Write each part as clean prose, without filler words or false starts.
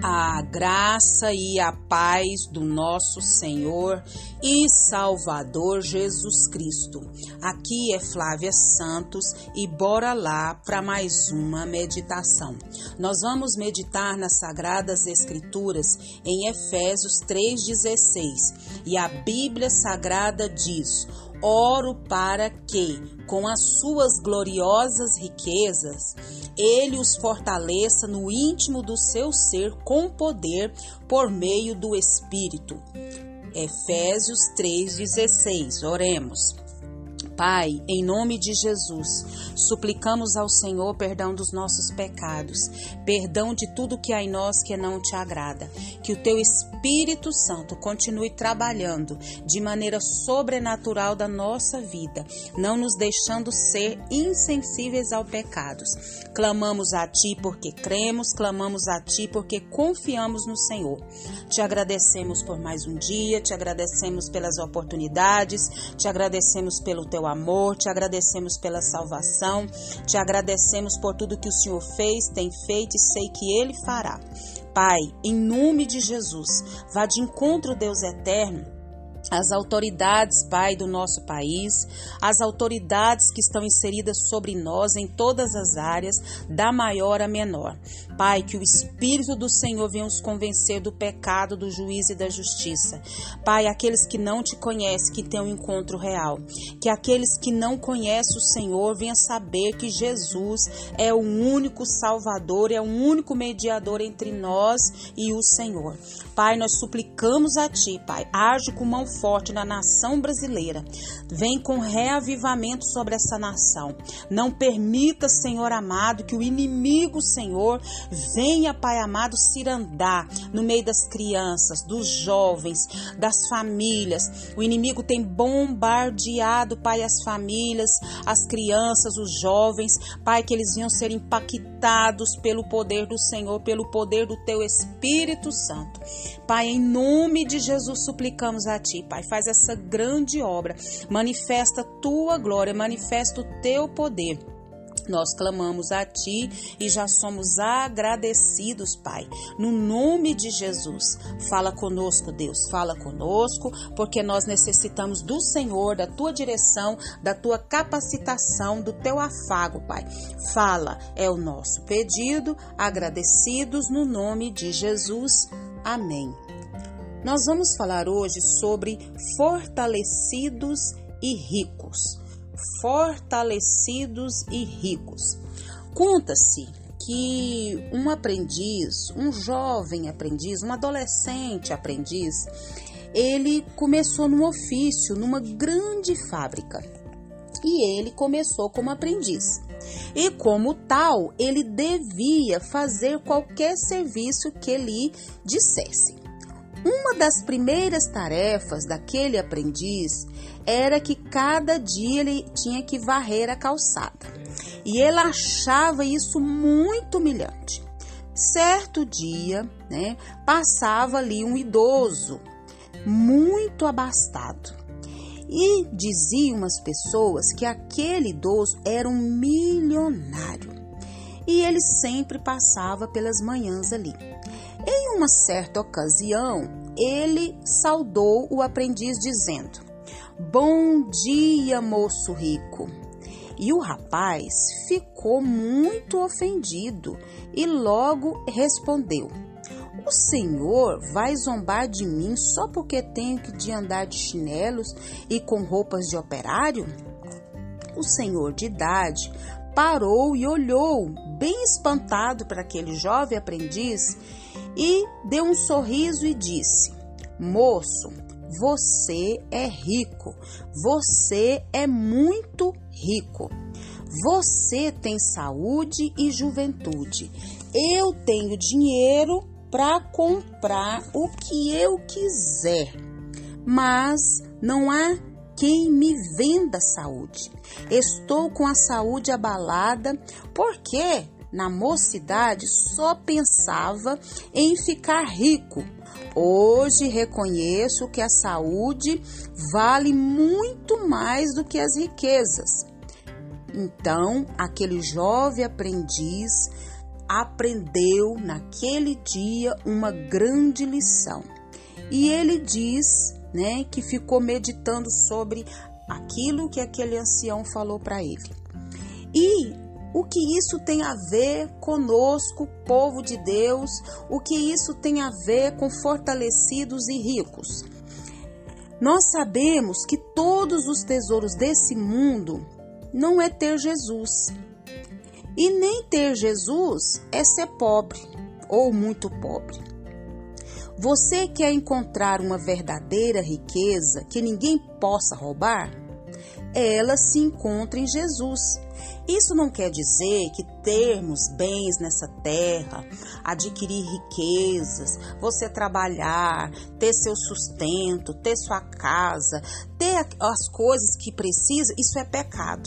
A graça e a paz do nosso Senhor e Salvador Jesus Cristo. Aqui é Flávia Santos e bora lá para mais uma meditação. Nós vamos meditar nas Sagradas Escrituras em Efésios 3,16 e a Bíblia Sagrada diz: oro para que, com as suas gloriosas riquezas, Ele os fortaleça no íntimo do seu ser com poder por meio do Espírito. Efésios 3,16. Oremos. Pai, em nome de Jesus, suplicamos ao Senhor perdão dos nossos pecados, perdão de tudo que há em nós que não te agrada, que o teu Espírito Santo continue trabalhando de maneira sobrenatural da nossa vida, não nos deixando ser insensíveis ao pecado. Clamamos a Ti porque cremos, clamamos a Ti porque confiamos no Senhor. Te agradecemos por mais um dia, te agradecemos pelas oportunidades, te agradecemos pelo Teu amor, te agradecemos pela salvação, te agradecemos por tudo que o Senhor fez, tem feito e sei que Ele fará. Pai, em nome de Jesus, vá de encontro, Deus eterno, as autoridades, Pai, do nosso país, as autoridades que estão inseridas sobre nós em todas as áreas, da maior a menor. Pai, que o Espírito do Senhor venha nos convencer do pecado, do juízo e da justiça. Pai, aqueles que não te conhecem, que tenham um encontro real. Que aqueles que não conhecem o Senhor venham saber que Jesus é o único Salvador, é o único mediador entre nós e o Senhor. Pai, nós suplicamos a Ti, Pai, age com mão forte na nação brasileira. Vem com reavivamento sobre essa nação. Não permita, Senhor amado, que o inimigo, Senhor, venha, Pai amado, cirandar no meio das crianças, dos jovens, das famílias. O inimigo tem bombardeado, Pai, as famílias, as crianças, os jovens. Pai, que eles venham ser impactados pelo poder do Senhor, pelo poder do Teu Espírito Santo. Pai, em nome de Jesus, suplicamos a Ti, Pai, faz essa grande obra, manifesta a Tua glória, manifesta o Teu poder. Nós clamamos a Ti e já somos agradecidos, Pai. No nome de Jesus, fala conosco, Deus, fala conosco, porque nós necessitamos do Senhor, da Tua direção, da Tua capacitação, do Teu afago, Pai. Fala, é o nosso pedido, agradecidos no nome de Jesus. Amém. Nós vamos falar hoje sobre fortalecidos e ricos. Fortalecidos e ricos. Conta-se que um aprendiz, um jovem aprendiz, um adolescente aprendiz, ele começou num ofício, numa grande fábrica. E ele começou como aprendiz. E como tal, ele devia fazer qualquer serviço que lhe dissesse. Uma das primeiras tarefas daquele aprendiz era que cada dia ele tinha que varrer a calçada. E ele achava isso muito humilhante. Certo dia, passava ali um idoso, muito abastado. E diziam umas pessoas que aquele idoso era um milionário. E ele sempre passava pelas manhãs ali. Em uma certa ocasião, ele saudou o aprendiz dizendo: "Bom dia, moço rico." E o rapaz ficou muito ofendido e logo respondeu: "O senhor vai zombar de mim só porque tenho que andar de chinelos e com roupas de operário?" O senhor de idade parou e olhou bem espantado para aquele jovem aprendiz e deu um sorriso e disse: "Moço, você é rico, você é muito rico. Você tem saúde e juventude. Eu tenho dinheiro para comprar o que eu quiser, mas não há quem me venda saúde. Estou com a saúde abalada porque na mocidade só pensava em ficar rico. Hoje reconheço que a saúde vale muito mais do que as riquezas." Então, aquele jovem aprendiz aprendeu naquele dia uma grande lição. E ele diz, né, que ficou meditando sobre aquilo que aquele ancião falou para ele. E o que isso tem a ver conosco, povo de Deus? O que isso tem a ver com fortalecidos e ricos? Nós sabemos que todos os tesouros desse mundo não é ter Jesus. E nem ter Jesus é ser pobre ou muito pobre. Você quer encontrar uma verdadeira riqueza que ninguém possa roubar? Ela se encontra em Jesus. Isso não quer dizer que termos bens nessa terra, adquirir riquezas, você trabalhar, ter seu sustento, ter sua casa, ter as coisas que precisa, isso é pecado.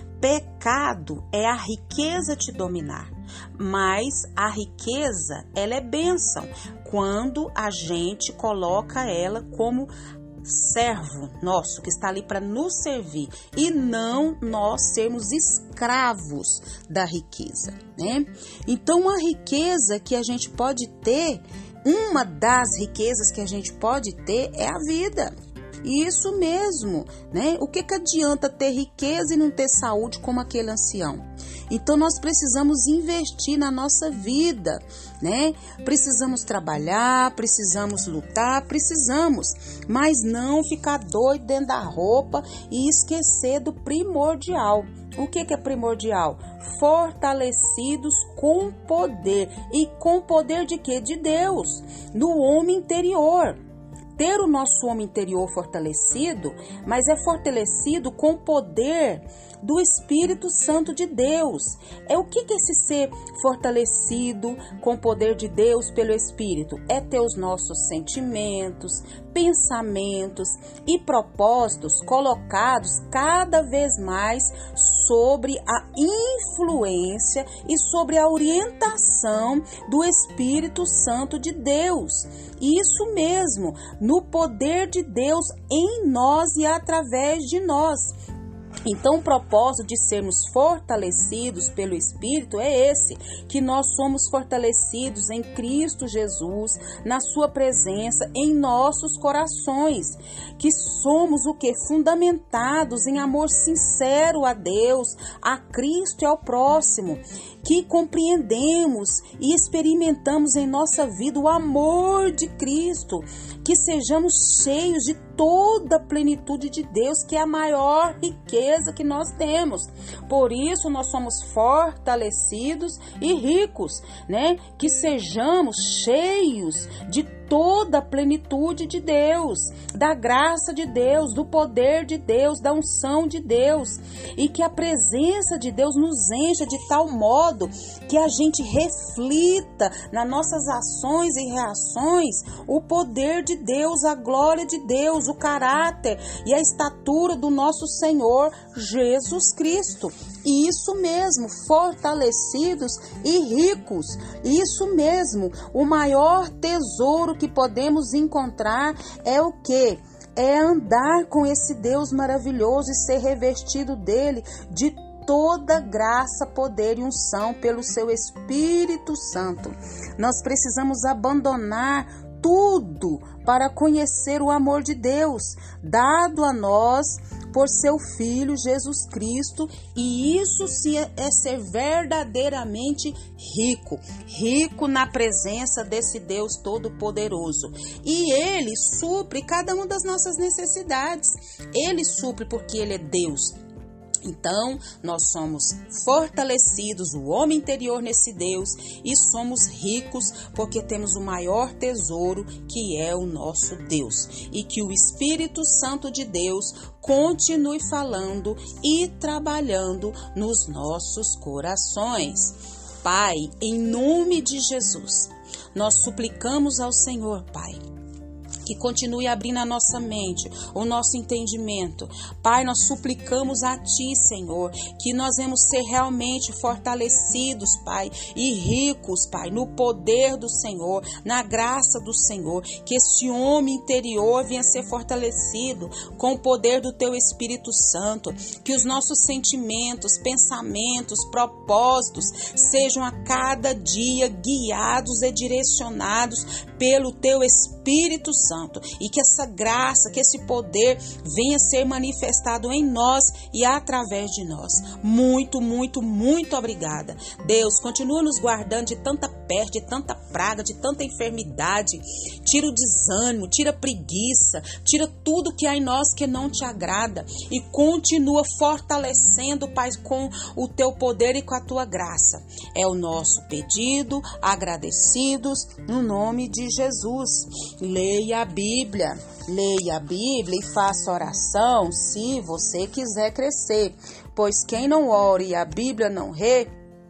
Pecado é a riqueza te dominar, mas a riqueza, ela é bênção quando a gente coloca ela como servo nosso, que está ali para nos servir, e não nós sermos escravos da riqueza, né? Então, a riqueza que a gente pode ter, uma das riquezas que a gente pode ter é a vida. Isso mesmo, né? O que adianta ter riqueza e não ter saúde como aquele ancião? Então, nós precisamos investir na nossa vida, né? Precisamos trabalhar, precisamos lutar, mas não ficar doido dentro da roupa e esquecer do primordial. O que é primordial? Fortalecidos com poder. E com poder de quê? De Deus, no homem interior. Ter o nosso homem interior fortalecido, mas é fortalecido com o poder do Espírito Santo de Deus. O que é esse ser fortalecido com o poder de Deus pelo Espírito? É ter os nossos sentimentos, pensamentos e propósitos colocados cada vez mais sobre a influência e sobre a orientação do Espírito Santo de Deus. Isso mesmo, no poder de Deus em nós e através de nós. Então, o propósito de sermos fortalecidos pelo Espírito é esse, que nós somos fortalecidos em Cristo Jesus, na sua presença, em nossos corações, que somos o que? Fundamentados em amor sincero a Deus, a Cristo e ao próximo, que compreendemos e experimentamos em nossa vida o amor de Cristo, que sejamos cheios de toda a plenitude de Deus, que é a maior riqueza que nós temos. Por isso nós somos fortalecidos e ricos, né? Que sejamos cheios de toda a plenitude de Deus, da graça de Deus, do poder de Deus, da unção de Deus, e que a presença de Deus nos encha de tal modo que a gente reflita nas nossas ações e reações o poder de Deus, a glória de Deus, o caráter e a estatura do nosso Senhor Jesus Cristo. Isso mesmo, fortalecidos e ricos. Isso mesmo, o maior tesouro que podemos encontrar é o quê? É andar com esse Deus maravilhoso e ser revestido dele de toda graça, poder e unção pelo seu Espírito Santo. Nós precisamos abandonar tudo para conhecer o amor de Deus, dado a nós por seu Filho Jesus Cristo, e isso sim é ser verdadeiramente rico na presença desse Deus Todo-Poderoso. E Ele supre cada uma das nossas necessidades. Ele supre porque Ele é Deus. Então, nós somos fortalecidos, o homem interior nesse Deus, e somos ricos porque temos o maior tesouro, que é o nosso Deus. E que o Espírito Santo de Deus continue falando e trabalhando nos nossos corações. Pai, em nome de Jesus, nós suplicamos ao Senhor, Pai, que continue abrindo a nossa mente, o nosso entendimento. Pai, nós suplicamos a Ti, Senhor, que nós vamos ser realmente fortalecidos, Pai, e ricos, Pai, no poder do Senhor, na graça do Senhor, que esse homem interior venha ser fortalecido com o poder do Teu Espírito Santo, que os nossos sentimentos, pensamentos, propósitos sejam a cada dia guiados e direcionados pelo Teu Espírito Santo, e que essa graça, que esse poder venha ser manifestado em nós e através de nós. Muito, muito, muito obrigada. Deus, continua nos guardando de tanta peste, de tanta praga, de tanta enfermidade. Tira o desânimo, tira a preguiça, tira tudo que há em nós que não Te agrada e continua fortalecendo, Pai, com o Teu poder e com a Tua graça. É o nosso pedido, agradecidos, no nome de Jesus. Leia a Bíblia e faça oração se você quiser crescer, pois quem não ore e a Bíblia não rê,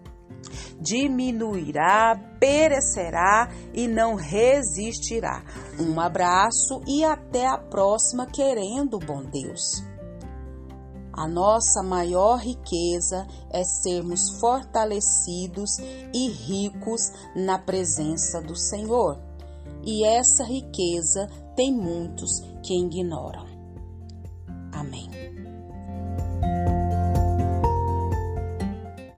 diminuirá, perecerá e não resistirá. Um abraço e até a próxima, querendo o bom Deus. A nossa maior riqueza é sermos fortalecidos e ricos na presença do Senhor. E essa riqueza tem muitos que ignoram. Amém.